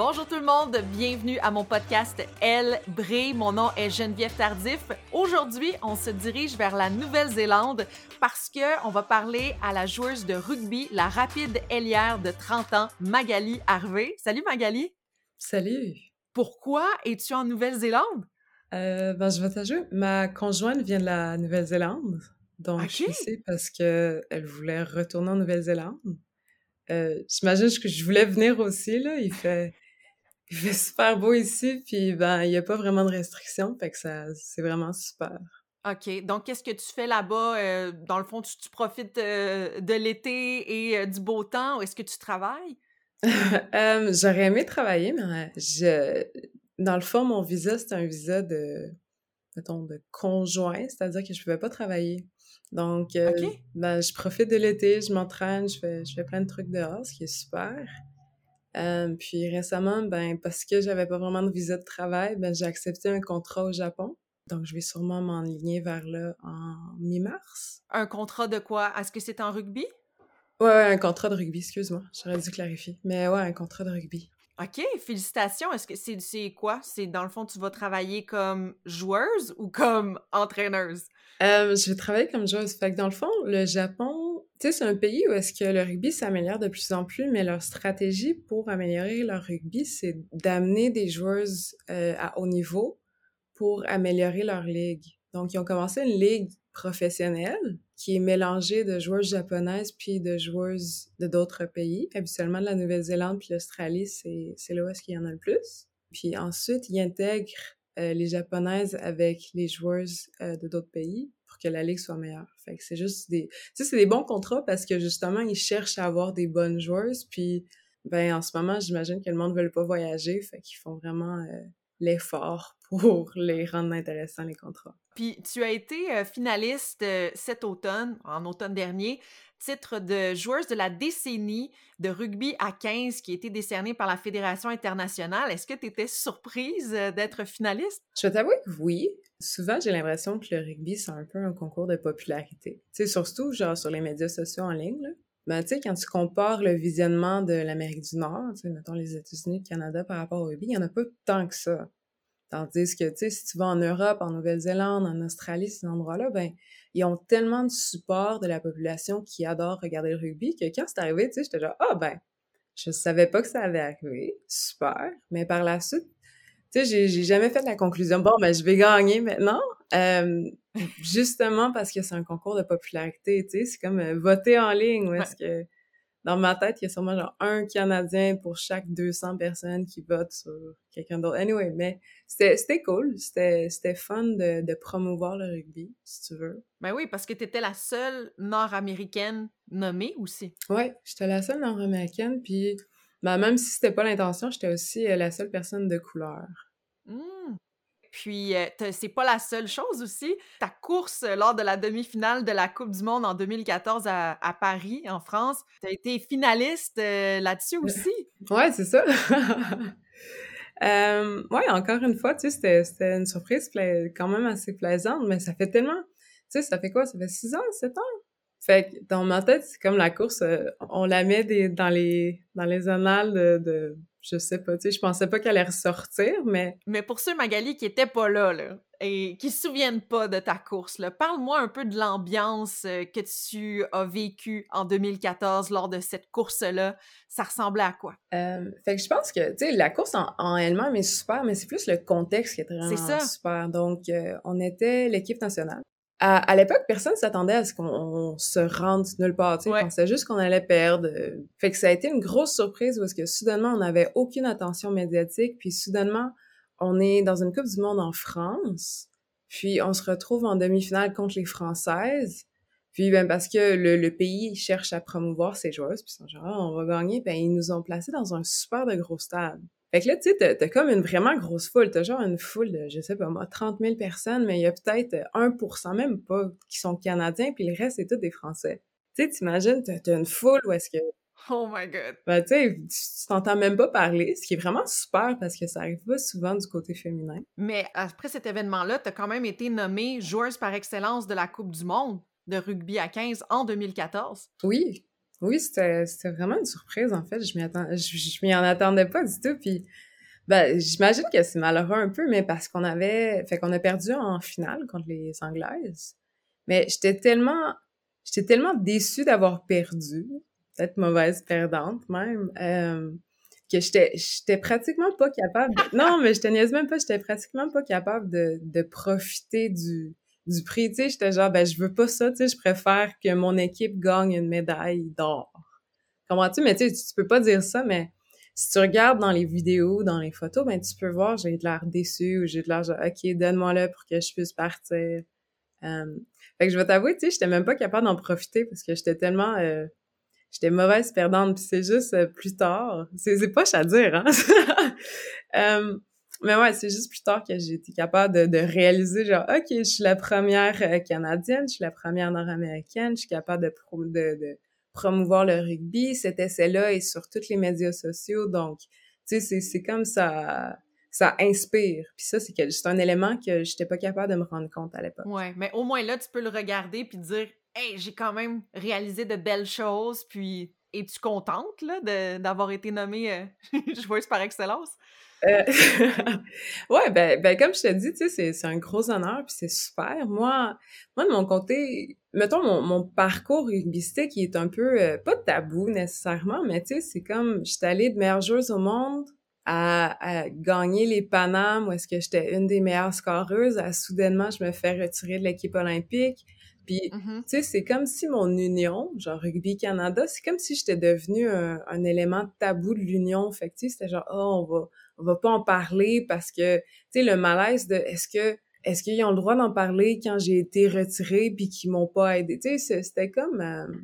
Bonjour tout le monde, bienvenue à mon podcast Elle brille. Mon nom est Geneviève Tardif. Aujourd'hui, on se dirige vers la Nouvelle-Zélande parce qu'on va parler à la joueuse de rugby, la rapide ailière de 30 ans, Magali Harvey. Salut Magali! Salut! Pourquoi es-tu en Nouvelle-Zélande? Je vais t'ajouter, ma conjointe vient de la Nouvelle-Zélande, donc je OK! suis ici parce qu'elle voulait retourner en Nouvelle-Zélande. J'imagine que je voulais venir aussi, là, il fait super beau ici, puis il y a pas vraiment de restrictions, fait que c'est vraiment super. OK, donc qu'est-ce que tu fais là-bas? Dans le fond, tu profites de l'été et du beau temps ou est-ce que tu travailles? J'aurais aimé travailler, mais dans le fond, mon visa, c'était un visa mettons, de conjoint, c'est-à-dire que je pouvais pas travailler. Donc, OK. je profite de l'été, je m'entraîne, je fais plein de trucs dehors, ce qui est super. Puis récemment, parce que j'avais pas vraiment de visa de travail, j'ai accepté un contrat au Japon. Donc, je vais sûrement m'enligner vers là en mi-mars. Un contrat de quoi? Est-ce que c'est en rugby? Ouais, un contrat de rugby, excuse-moi, j'aurais dû clarifier. Mais ouais, un contrat de rugby. OK, félicitations. Est-ce que c'est quoi? C'est dans le fond, tu vas travailler comme joueuse ou comme entraîneuse? Je vais travailler comme joueuse. Fait que dans le fond, le Japon, tu sais, c'est un pays où est-ce que le rugby s'améliore de plus en plus, mais leur stratégie pour améliorer leur rugby, c'est d'amener des joueuses à haut niveau pour améliorer leur ligue. Donc, ils ont commencé une ligue professionnelle qui est mélangée de joueuses japonaises puis de joueuses de d'autres pays. Habituellement, de la Nouvelle-Zélande puis l'Australie, c'est là où est-ce qu'il y en a le plus. Puis ensuite, ils intègrent les japonaises avec les joueuses de d'autres pays pour que la ligue soit meilleure. Fait que c'est juste tu sais, c'est des bons contrats parce que justement, ils cherchent à avoir des bonnes joueuses. Puis, en ce moment, j'imagine que le monde ne veut pas voyager. Fait qu'ils font vraiment l'effort pour les rendre intéressants, les contrats. Puis tu as été finaliste cet automne, en automne dernier, titre de joueuse de la décennie de rugby à 15 qui a été décerné par la Fédération internationale. Est-ce que tu étais surprise d'être finaliste? Je vais t'avouer que oui. Souvent, j'ai l'impression que le rugby, c'est un peu un concours de popularité. Tu sais, surtout, genre, sur les médias sociaux en ligne, là. Tu sais, quand tu compares le visionnement de l'Amérique du Nord, tu sais, mettons les États-Unis, le Canada par rapport au rugby, il y en a pas tant que ça. Tandis que, tu sais, si tu vas en Europe, en Nouvelle-Zélande, en Australie, ces endroits-là, ils ont tellement de support de la population qui adore regarder le rugby que quand c'est arrivé, tu sais, j'étais genre, je savais pas que ça avait arrivé. Super. Mais par la suite, tu sais, j'ai jamais fait la conclusion, bon, je vais gagner maintenant. Euh, Justement parce que c'est un concours de popularité, tu sais, c'est comme voter en ligne, où Ouais. est-ce que dans ma tête, il y a sûrement genre un Canadien pour chaque 200 personnes qui votent sur quelqu'un d'autre. Anyway, mais c'était cool, c'était fun de promouvoir le rugby, si tu veux. Ben oui, parce que tu étais la seule nord-américaine nommée aussi. Ouais, j'étais la seule nord-américaine, puis même si c'était pas l'intention, j'étais aussi la seule personne de couleur. Hmm. Puis, c'est pas la seule chose aussi. Ta course lors de la demi-finale de la Coupe du monde en 2014 à Paris, en France, tu as été finaliste là-dessus aussi. Ouais, c'est ça. Ouais, encore une fois, tu sais, c'était une surprise quand même assez plaisante, mais ça fait tellement... Tu sais, ça fait quoi? Ça fait 6 ans, 7 ans? Fait que dans ma tête, c'est comme la course, on la met dans les annales je sais pas, tu sais, je pensais pas qu'elle allait ressortir, mais Mais pour ceux, Magali, qui étaient pas là, et qui se souviennent pas de ta course, là, parle-moi un peu de l'ambiance que tu as vécue en 2014 lors de cette course-là. Ça ressemblait à quoi? fait que je pense que, tu sais, la course en elle-même est super, mais c'est plus le contexte qui est C'est vraiment ça. super. Donc, on était l'équipe nationale. À l'époque, personne s'attendait à ce qu'on se rende nulle part, tu sais, ils Ouais. pensaient juste qu'on allait perdre. Fait que ça a été une grosse surprise parce que soudainement, on n'avait aucune attention médiatique, puis soudainement, on est dans une Coupe du monde en France, puis on se retrouve en demi-finale contre les Françaises, puis parce que le pays cherche à promouvoir ses joueuses, puis ils sont genre, ah, on va gagner, ils nous ont placés dans un super de gros stade. Fait que là, tu sais, t'as comme une vraiment grosse foule. T'as genre une foule de, je sais pas moi, 30 000 personnes, mais il y a peut-être 1%, même pas, qui sont Canadiens, puis le reste, c'est tous des Français. Tu sais, t'imagines, t'as une foule où est-ce que, Oh my God. tu sais, tu t'entends même pas parler, ce qui est vraiment super parce que ça arrive pas souvent du côté féminin. Mais après cet événement-là, tu as quand même été nommée joueuse par excellence de la Coupe du monde de rugby à 15 en 2014. Oui, Oui, c'était vraiment une surprise, en fait. Je m'y en attendais pas du tout. Puis, ben, j'imagine que c'est malheureux un peu, mais parce qu'on a perdu en finale contre les Anglaises. Mais j'étais tellement déçue d'avoir perdu, peut-être mauvaise perdante même, que j'étais pratiquement pas capable non, mais je te niaise même pas, j'étais pratiquement pas capable de profiter du prix. Tu sais, j'étais genre, ben, je veux pas ça, tu sais, je préfère que mon équipe gagne une médaille d'or. Comprends-tu? Mais tu sais, tu peux pas dire ça, mais si tu regardes dans les vidéos, dans les photos, ben, tu peux voir, j'ai de l'air déçue ou j'ai de l'air genre, OK, donne-moi-le pour que je puisse partir. Fait que je vais t'avouer, tu sais, j'étais même pas capable d'en profiter parce que j'étais mauvaise perdante, puis c'est juste plus tard. C'est poche à dire, hein? Euh, mais ouais, c'est juste plus tard que j'ai été capable de réaliser, genre, OK, je suis la première Canadienne, je suis la première Nord-Américaine, je suis capable de promouvoir le rugby. Cet essai-là est sur tous les médias sociaux, donc, tu sais, c'est comme ça inspire. Puis ça, c'est un élément que j'étais pas capable de me rendre compte à l'époque. Ouais, mais au moins là, tu peux le regarder puis dire hey, j'ai quand même réalisé de belles choses, puis es-tu contente là, d'avoir été nommée joueuse par excellence? Euh, ouais, ben, comme je te dis, tu sais, c'est un gros honneur, puis c'est super. Moi, de mon côté, mettons, mon parcours rugbystique, il est un peu, pas tabou nécessairement, mais tu sais, c'est comme, j'étais allée de meilleure joueuse au monde à gagner les Panames, où est-ce que j'étais une des meilleures scoreuses, à soudainement, je me fais retirer de l'équipe olympique. Puis, Mhm. tu sais, c'est comme si mon union, genre Rugby Canada, c'est comme si j'étais devenue un élément tabou de l'union. Fait que, tu sais, c'était genre, oh, on va pas en parler parce que, tu sais, le malaise de est-ce qu'ils ont le droit d'en parler quand j'ai été retirée puis qu'ils m'ont pas aidé? Tu sais, c'était comme,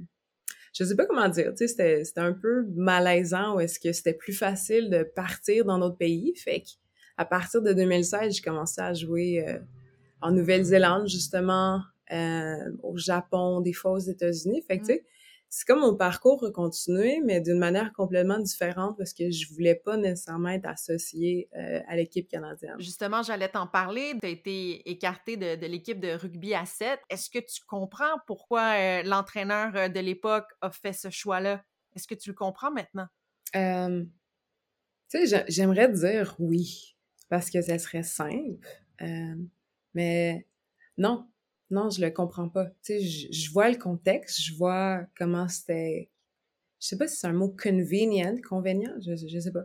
je sais pas comment dire, tu sais, c'était un peu malaisant ou est-ce que c'était plus facile de partir dans notre pays? Fait que, à partir de 2016, j'ai commencé à jouer en Nouvelle-Zélande, justement, au Japon, des fois aux États-Unis. Fait que, tu Mm. sais, c'est comme mon parcours a continué, mais d'une manière complètement différente parce que je voulais pas nécessairement être associée à l'équipe canadienne. Justement, j'allais t'en parler. Tu as été écartée de l'équipe de rugby à 7. Est-ce que tu comprends pourquoi l'entraîneur de l'époque a fait ce choix-là? Est-ce que tu le comprends maintenant? Euh, Tu sais, j'aimerais dire oui, parce que ça serait simple, euh, mais non, non, je le comprends pas. Tu sais, je vois le contexte, je vois comment c'était, je sais pas si c'est un mot convenient, je sais pas,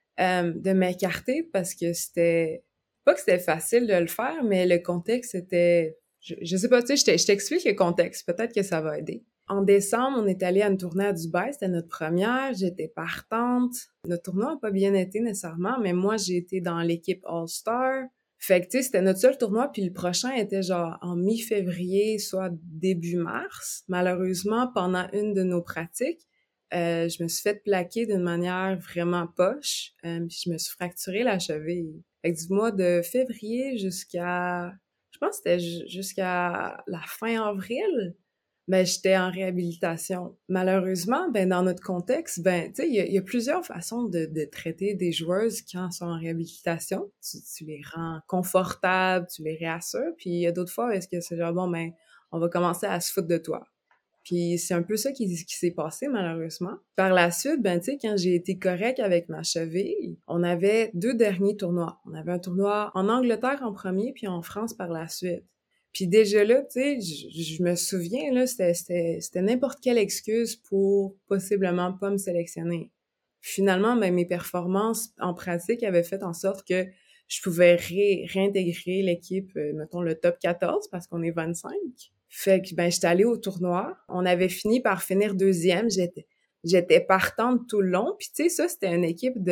de m'écarter parce que c'était, pas que c'était facile de le faire, mais le contexte était, je sais pas, tu sais, je t'explique le contexte, peut-être que ça va aider. En décembre, on est allé à une tournée à Dubaï, c'était notre première, j'étais partante. Notre tournoi n'a pas bien été nécessairement, mais moi, j'ai été dans l'équipe All-Star. Fait que, tu sais, c'était notre seul tournoi, puis le prochain était genre en mi-février, soit début mars. Malheureusement, pendant une de nos pratiques, je me suis fait plaquer d'une manière vraiment poche, puis je me suis fracturé la cheville. Fait que du mois de février jusqu'à, je pense que c'était jusqu'à la fin avril, ben, j'étais en réhabilitation. Malheureusement, ben, dans notre contexte, ben, tu sais, il y a plusieurs façons de traiter des joueuses quand elles sont en réhabilitation. Tu les rends confortables, tu les réassures, puis il y a d'autres fois où est-ce que c'est genre, bon, ben, on va commencer à se foutre de toi. Puis c'est un peu ça qui s'est passé, malheureusement. Par la suite, ben, tu sais, quand j'ai été correcte avec ma cheville, on avait 2 derniers tournois. On avait un tournoi en Angleterre en premier, puis en France par la suite. Puis déjà là, tu sais, je me souviens, là, c'était n'importe quelle excuse pour possiblement pas me sélectionner. Finalement, ben, mes performances en pratique avaient fait en sorte que je pouvais réintégrer l'équipe, mettons le top 14 parce qu'on est 25. Fait que ben j'étais allée au tournoi. On avait fini par finir deuxième. J'étais partante tout le long. Puis tu sais ça c'était une équipe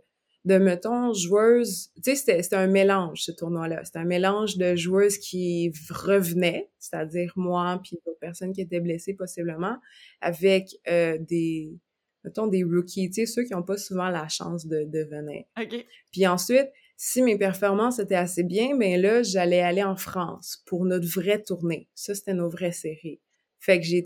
de mettons joueuses. Tu sais c'était un mélange ce tournoi-là. C'était un mélange de joueuses qui revenaient, c'est-à-dire moi puis d'autres personnes qui étaient blessées possiblement, avec des mettons des rookies. Tu sais ceux qui n'ont pas souvent la chance de venir. OK. Puis ensuite, si mes performances étaient assez bien, ben là, j'allais aller en France pour notre vraie tournée. Ça, c'était nos vraies séries. Fait que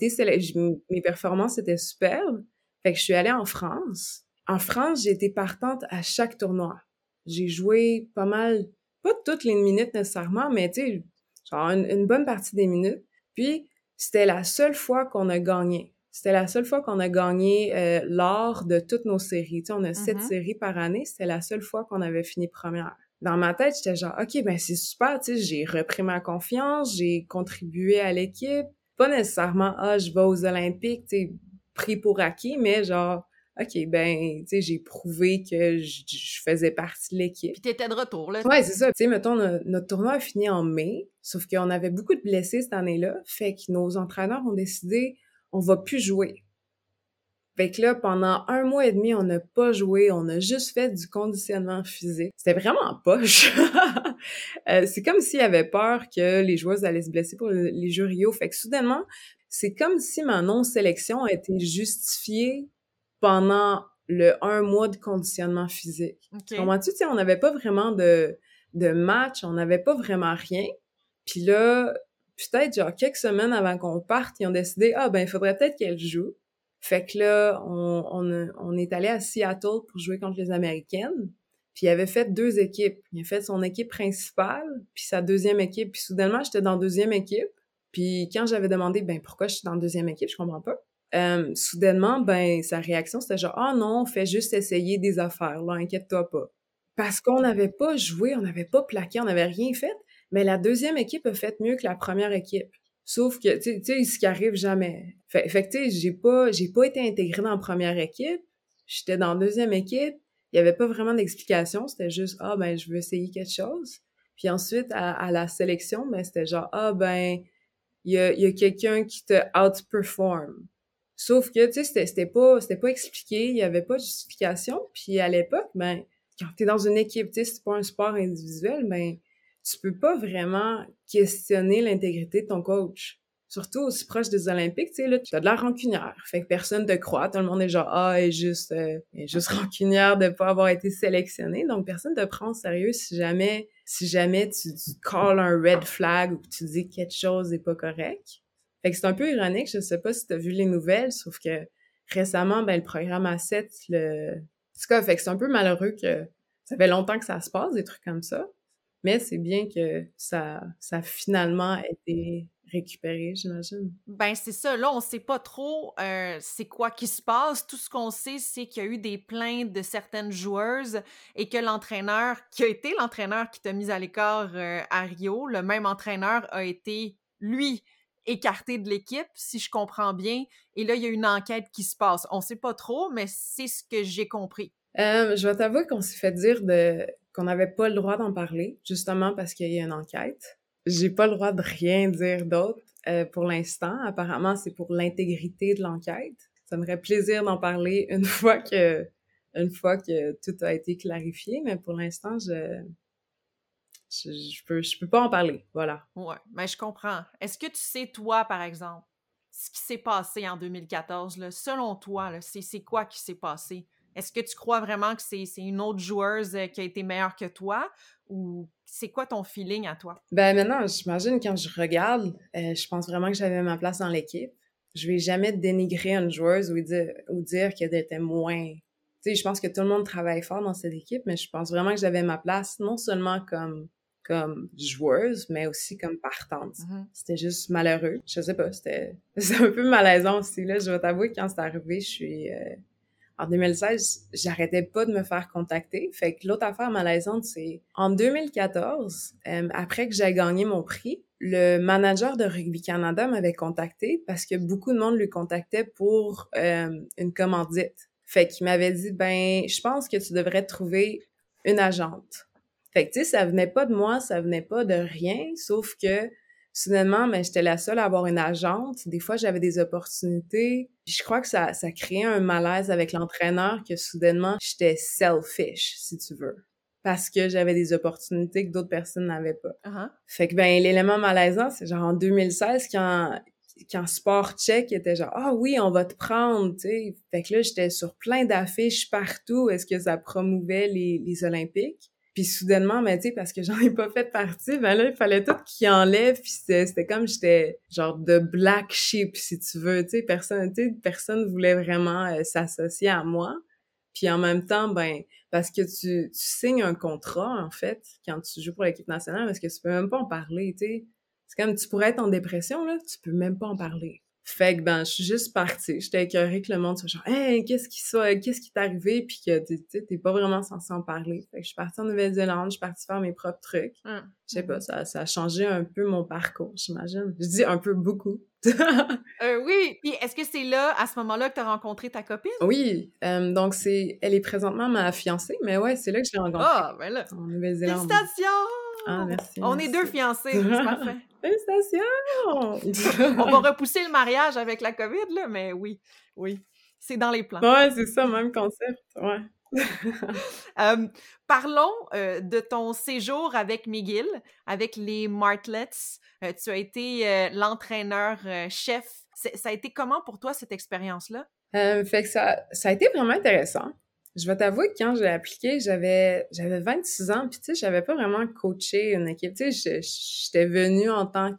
mes performances étaient superbes. Fait que je suis allée en France. En France, j'ai été partante à chaque tournoi. J'ai joué pas mal, pas toutes les minutes nécessairement, mais tu sais, genre une bonne partie des minutes. Puis, c'était la seule fois qu'on a gagné. C'était la seule fois qu'on a gagné l'or de toutes nos séries. Tu sais, on a 7 séries par année. C'était la seule fois qu'on avait fini première. Dans ma tête, j'étais genre, OK, ben c'est super, tu sais, j'ai repris ma confiance, j'ai contribué à l'équipe. Pas nécessairement, je vais aux Olympiques, tu sais, pris pour acquis, mais genre, OK, ben, tu sais, j'ai prouvé que je faisais partie de l'équipe. Puis t'étais de retour, là. Ouais, c'est ça. Tu sais, mettons, notre tournoi a fini en mai, sauf qu'on avait beaucoup de blessés cette année-là, fait que nos entraîneurs ont décidé, on va plus jouer. Fait que là, pendant 1 mois et demi, on n'a pas joué, on a juste fait du conditionnement physique. C'était vraiment poche. C'est comme s'il y avait peur que les joueuses allaient se blesser pour les Jeux Rio. Fait que soudainement, c'est comme si ma non-sélection a été justifiée pendant le 1 mois de conditionnement physique. OK. Comprends-tu? Tu sais, on n'avait pas vraiment de match, on n'avait pas vraiment rien. Puis là, peut-être genre quelques semaines avant qu'on parte, ils ont décidé, ben, il faudrait peut-être qu'elle joue. Fait que là, on est allé à Seattle pour jouer contre les Américaines. Puis il avait fait 2 équipes. Il a fait son équipe principale, puis sa deuxième équipe. Puis soudainement, j'étais dans deuxième équipe. Puis quand j'avais demandé, ben pourquoi je suis dans deuxième équipe, je comprends pas. Soudainement, ben sa réaction, c'était genre, ah non, fais juste essayer des affaires, là, inquiète-toi pas. Parce qu'on n'avait pas joué, on n'avait pas plaqué, on n'avait rien fait. Mais la deuxième équipe a fait mieux que la première équipe. Sauf que, tu sais, ce qui arrive jamais. Fait que, tu sais, j'ai pas été intégrée dans la première équipe. J'étais dans la deuxième équipe. Il y avait pas vraiment d'explication. C'était juste, ben, je veux essayer quelque chose. Puis ensuite, à la sélection, ben, c'était genre, ben, il y a quelqu'un qui te outperform. Sauf que, tu sais, c'était pas expliqué. Il y avait pas de justification. Puis à l'époque, ben, quand t'es dans une équipe, tu sais, c'est pas un sport individuel, ben, tu peux pas vraiment questionner l'intégrité de ton coach. Surtout aussi proche des Olympiques, tu sais, là, tu as de la rancunière. Fait que personne te croit. Tout le monde est genre, elle est juste rancunière de pas avoir été sélectionnée. Donc, personne te prend au sérieux si jamais tu calls un red flag ou que tu dis que quelque chose est pas correct. Fait que c'est un peu ironique. Je sais pas si t'as vu les nouvelles, sauf que récemment, ben, le programme A7, en tout cas, fait que c'est un peu malheureux que ça fait longtemps que ça se passe, des trucs comme ça. Mais c'est bien que ça a finalement été récupéré, j'imagine. Ben, c'est ça. Là, on sait pas trop c'est quoi qui se passe. Tout ce qu'on sait, c'est qu'il y a eu des plaintes de certaines joueuses et que l'entraîneur, qui a été l'entraîneur qui t'a mis à l'écart à Rio, le même entraîneur a été, lui, écarté de l'équipe, si je comprends bien. Et là, il y a une enquête qui se passe. On sait pas trop, mais c'est ce que j'ai compris. Je vais t'avouer qu'on s'est fait dire qu'on n'avait pas le droit d'en parler, justement parce qu'il y a une enquête. J'ai pas le droit de rien dire d'autre pour l'instant. Apparemment, c'est pour l'intégrité de l'enquête. Ça me ferait plaisir d'en parler une fois que tout a été clarifié, mais pour l'instant, je peux pas en parler. Voilà. Ouais, mais je comprends. Est-ce que tu sais, toi, par exemple, ce qui s'est passé en 2014, là, selon toi, là, c'est quoi qui s'est passé? Est-ce que tu crois vraiment que c'est une autre joueuse qui a été meilleure que toi? Ou c'est quoi ton feeling à toi? Ben maintenant, j'imagine quand je regarde, je pense vraiment que j'avais ma place dans l'équipe. Je vais jamais dénigrer une joueuse ou dire qu'elle était moins. Tu sais, je pense que tout le monde travaille fort dans cette équipe, mais je pense vraiment que j'avais ma place non seulement comme joueuse, mais aussi comme partante. C'était juste malheureux. Je sais pas, c'est un peu malaisant aussi, là. Je vais t'avouer que quand c'est arrivé, en 2016, j'arrêtais pas de me faire contacter. Fait que l'autre affaire malaisante, c'est en 2014, après que j'ai gagné mon prix, le manager de Rugby Canada m'avait contacté parce que beaucoup de monde lui contactait pour une commandite. Fait qu'il m'avait dit, ben, je pense que tu devrais trouver une agente. Fait que, tu sais, ça venait pas de moi, ça venait pas de rien, sauf que soudainement, ben, j'étais la seule à avoir une agente. Des fois, j'avais des opportunités. Puis je crois que ça créait un malaise avec l'entraîneur que soudainement, j'étais selfish, si tu veux. Parce que j'avais des opportunités que d'autres personnes n'avaient pas. Fait que, ben, l'élément malaisant, c'est genre en 2016, quand Sport Check était genre, oui, on va te prendre, tu sais. Fait que là, j'étais sur plein d'affiches partout. Est-ce que ça promouvait les Olympiques? Puis soudainement, ben, tu sais, parce que j'en ai pas fait partie, ben là, il fallait tout qu'ils enlèvent, puis c'était comme j'étais genre de black sheep, si tu veux, tu sais, personne voulait vraiment s'associer à moi. Puis en même temps, ben, parce que tu signes un contrat, en fait, quand tu joues pour l'équipe nationale, parce que tu peux même pas en parler, tu sais. C'est comme, tu pourrais être en dépression, là, tu peux même pas en parler. Fait que, ben, je suis juste partie. J'étais écœurée que le monde soit genre, hey, qu'est-ce qui t'est arrivé? Puis que, tu sais, t'es pas vraiment censé en parler. Fait que je suis partie en Nouvelle-Zélande, je suis partie faire mes propres trucs. Je sais pas, ça a changé un peu mon parcours, j'imagine. Je dis un peu beaucoup. Oui, puis est-ce que c'est là, à ce moment-là, que tu as rencontré ta copine? Oui, donc elle est présentement ma fiancée, mais ouais, c'est là que je l'ai rencontrée, Ah, ben là, en Nouvelle-Zélande. Ah, félicitations! merci, On est 2 merci. fiancés, c'est parfait. On va Félicitations! repousser le mariage avec la COVID, là, mais oui, oui, c'est dans les plans. Ouais, c'est ça, même concept, ouais. Parlons, de ton séjour avec McGill, avec les Martlets. Tu as été, l'entraîneur, chef. Ça a été comment pour toi cette expérience-là? Fait que ça a été vraiment intéressant. Je vais t'avouer que quand j'ai appliqué, j'avais 26 ans, puis tu sais, j'avais pas vraiment coaché une équipe. Tu sais, j'étais venue en tant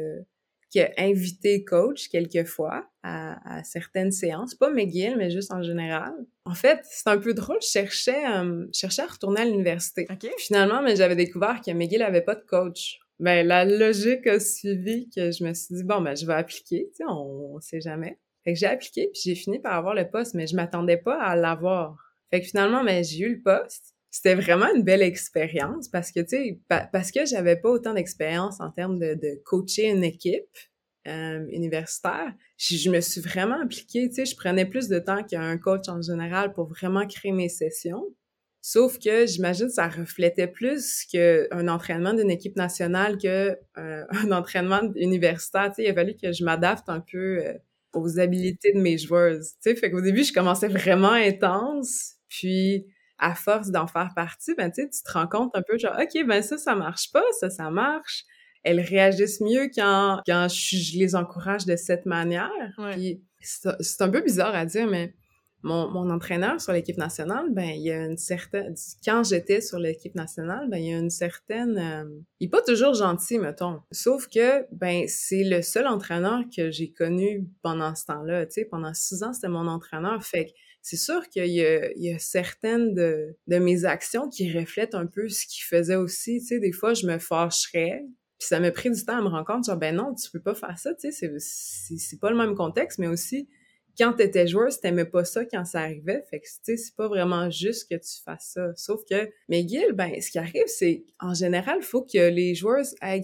que invité coach quelquefois à certaines séances, pas McGill, mais juste en général. En fait, c'est un peu drôle, je cherchais à retourner à l'université. OK. Finalement, mais j'avais découvert que McGill avait pas de coach. Ben, la logique a suivi que je me suis dit, bon, ben, je vais appliquer, tu sais, on sait jamais. Fait que j'ai appliqué, puis j'ai fini par avoir le poste, mais je m'attendais pas à l'avoir. Fait que finalement, ben, j'ai eu le poste. C'était vraiment une belle expérience parce que, tu sais, parce que j'avais pas autant d'expérience en termes de coacher une équipe universitaire, je me suis vraiment impliquée, tu sais, je prenais plus de temps qu'un coach en général pour vraiment créer mes sessions. Sauf que j'imagine que ça reflétait plus qu'un entraînement d'une équipe nationale que un entraînement universitaire. Tu sais, il a fallu que je m'adapte un peu aux habilités de mes joueuses. Tu sais, fait qu'au début, je commençais vraiment intense, puis à force d'en faire partie, ben tu sais, tu te rends compte un peu genre, OK, ben ça marche pas, ça marche. Elles réagissent mieux quand je les encourage de cette manière. Ouais. Puis c'est un peu bizarre à dire, mais mon entraîneur sur l'équipe nationale, ben il y a une certaine... Quand j'étais sur l'équipe nationale, ben il y a une certaine... il est pas toujours gentil, mettons. Sauf que, ben c'est le seul entraîneur que j'ai connu pendant ce temps-là. Tu sais, pendant 6 ans, c'était mon entraîneur. Fait que c'est sûr qu'il y a certaines de mes actions qui reflètent un peu ce qu'il faisait aussi. Tu sais, des fois, je me fâcherais. Puis ça m'a pris du temps à me rendre compte, genre, ben non, tu peux pas faire ça, tu sais, c'est pas le même contexte, mais aussi, quand t'étais joueuse, t'aimais pas ça quand ça arrivait, fait que, tu sais, c'est pas vraiment juste que tu fasses ça. Sauf que McGill, ben, ce qui arrive, c'est, en général, il faut que les joueuses aient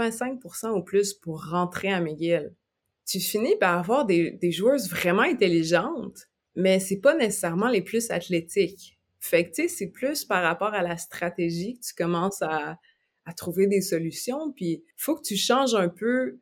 85% ou plus pour rentrer à McGill. Tu finis par avoir des joueuses vraiment intelligentes, mais c'est pas nécessairement les plus athlétiques. Fait que, tu sais, c'est plus par rapport à la stratégie que tu commences à trouver des solutions, puis faut que tu changes un peu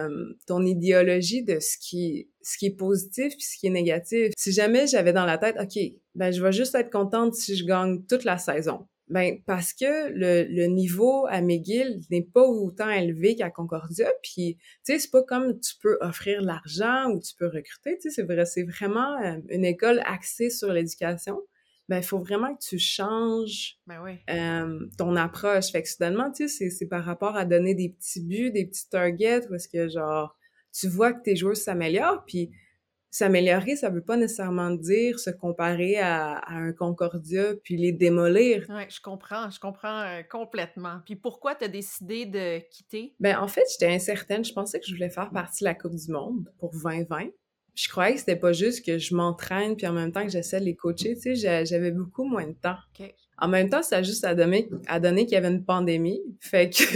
ton idéologie de ce qui est positif puis ce qui est négatif. Si jamais j'avais dans la tête, OK, ben je vais juste être contente si je gagne toute la saison. Ben parce que le niveau à McGill n'est pas autant élevé qu'à Concordia, puis tu sais c'est pas comme tu peux offrir l'argent ou tu peux recruter, tu sais c'est vraiment une école axée sur l'éducation. Ben il faut vraiment que tu changes Ben oui. ton approche. Fait que soudainement, tu sais, c'est par rapport à donner des petits buts, des petits targets, où est-ce que, genre, tu vois que tes joueurs s'améliorent, puis s'améliorer, ça veut pas nécessairement dire se comparer à un Concordia, puis les démolir. Ouais, je comprends, complètement. Puis pourquoi tu as décidé de quitter? Ben, en fait, j'étais incertaine. Je pensais que je voulais faire partie de la Coupe du monde pour 2020. Je croyais que c'était pas juste que je m'entraîne, puis en même temps que j'essaie de les coacher, tu sais, j'avais beaucoup moins de temps. OK. En même temps, ça a juste à donner qu'il y avait une pandémie. Fait que,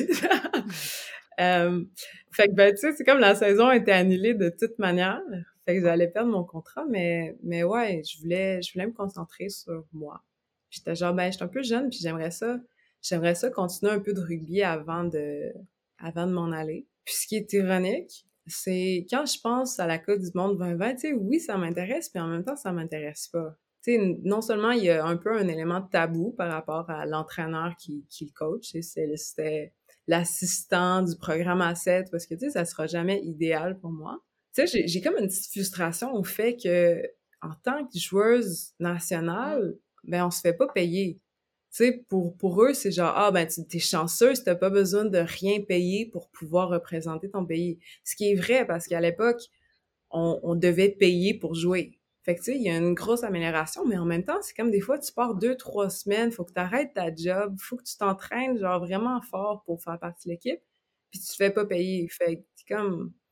euh, fait que ben, tu sais, c'est comme la saison a été annulée de toute manière. Fait que j'allais perdre mon contrat, mais ouais, je voulais me concentrer sur moi. Puis j'étais genre, ben, j'étais un peu jeune, puis j'aimerais ça continuer un peu de rugby avant de m'en aller. Puis ce qui est ironique, c'est quand je pense à la Coupe du monde 2020, tu sais, oui, ça m'intéresse, puis en même temps, ça m'intéresse pas. Tu sais, non seulement il y a un peu un élément de tabou par rapport à l'entraîneur qui le coach, c'était l'assistant du programme A7, parce que, tu sais, ça sera jamais idéal pour moi. Tu sais, j'ai comme une petite frustration au fait que, en tant que joueuse nationale, ben, on se fait pas payer. Tu sais, pour eux, c'est genre, ah, ben, t'es chanceuse, t'as pas besoin de rien payer pour pouvoir représenter ton pays. Ce qui est vrai, parce qu'à l'époque, on devait payer pour jouer. Fait que, tu sais, il y a une grosse amélioration, mais en même temps, c'est comme des fois, tu pars 2, 3 semaines, faut que tu arrêtes ta job, faut que tu t'entraînes, genre, vraiment fort pour faire partie de l'équipe, puis tu te fais pas payer. Fait que, c'est comme,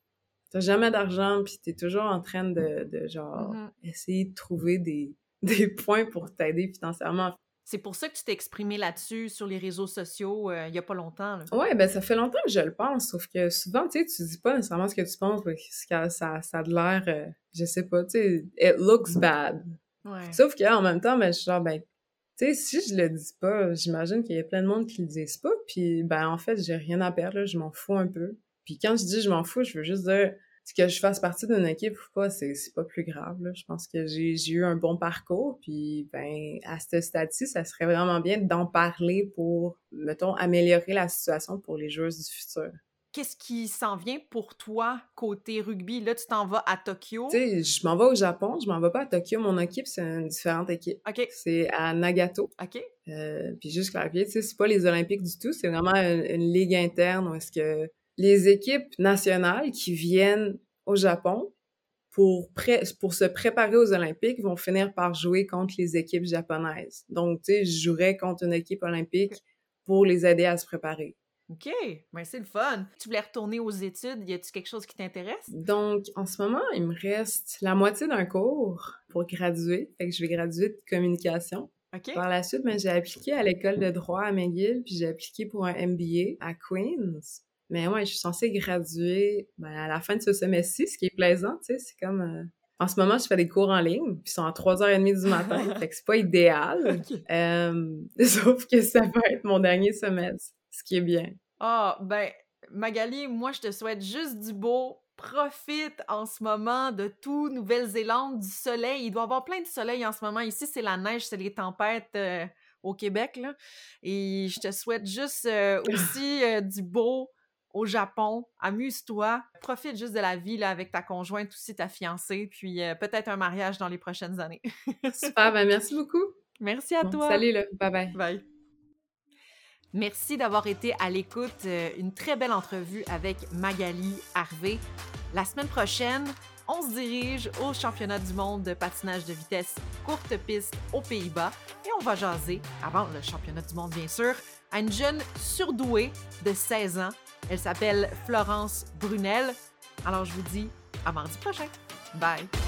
t'as jamais d'argent, puis t'es toujours en train de genre, essayer de trouver des points pour t'aider financièrement. C'est pour ça que tu t'es exprimé là-dessus sur les réseaux sociaux il y a pas longtemps, là. Ouais, ben ça fait longtemps que je le pense, sauf que souvent, tu sais, tu dis pas nécessairement ce que tu penses, parce que ça a de l'air, je sais pas, tu sais, it looks bad. Ouais. Sauf qu'en même temps, ben, je suis genre, ben, tu sais, si je le dis pas, j'imagine qu'il y a plein de monde qui le disent pas, puis ben, en fait, j'ai rien à perdre, là, je m'en fous un peu. Puis quand je dis je m'en fous, je veux juste dire que je fasse partie d'une équipe ou pas, c'est pas plus grave, là. Je pense que j'ai eu un bon parcours, puis ben, à ce stade-ci, ça serait vraiment bien d'en parler pour, mettons, améliorer la situation pour les joueuses du futur. Qu'est-ce qui s'en vient pour toi côté rugby? Là, tu t'en vas à Tokyo. Tu sais, je m'en vais au Japon, je m'en vais pas à Tokyo. Mon équipe, c'est une différente équipe. OK. C'est à Nagato. OK. Puis juste clarifier, tu sais, c'est pas les Olympiques du tout, c'est vraiment une ligue interne où est-ce que les équipes nationales qui viennent au Japon pour se préparer aux Olympiques vont finir par jouer contre les équipes japonaises. Donc, tu sais, je jouerais contre une équipe olympique pour les aider à se préparer. OK, ben c'est le fun. Tu voulais retourner aux études, y a-tu quelque chose qui t'intéresse? Donc, en ce moment, il me reste la moitié d'un cours pour graduer. Fait que je vais graduer de communication. OK. Par la suite, ben, j'ai appliqué à l'école de droit à McGill, puis j'ai appliqué pour un MBA à Queen's. Mais ouais, je suis censée graduer à la fin de ce semestre-ci, ce qui est plaisant, tu sais, c'est comme... En ce moment, je fais des cours en ligne, puis ils sont à 3h30 du matin, fait que c'est pas idéal. OK. Sauf que ça va être mon dernier semestre, ce qui est bien. Ah, ben, Magali, moi, je te souhaite juste du beau. Profite en ce moment de tout Nouvelle-Zélande, du soleil. Il doit y avoir plein de soleil en ce moment. Ici, c'est la neige, c'est les tempêtes au Québec, là. Et je te souhaite juste aussi du beau au Japon. Amuse-toi. Profite juste de la vie là, avec ta conjointe, aussi ta fiancée, puis peut-être un mariage dans les prochaines années. Super, ben merci beaucoup. Merci à Bon, toi. salut, là. Bye-bye. Bye. Merci d'avoir été à l'écoute. Une très belle entrevue avec Magali Harvey. La semaine prochaine, on se dirige au championnat du monde de patinage de vitesse courte piste aux Pays-Bas et on va jaser, avant le championnat du monde bien sûr, à une jeune surdouée de 16 ans. Elle s'appelle Florence Brunel. Alors je vous dis à mardi prochain. Bye!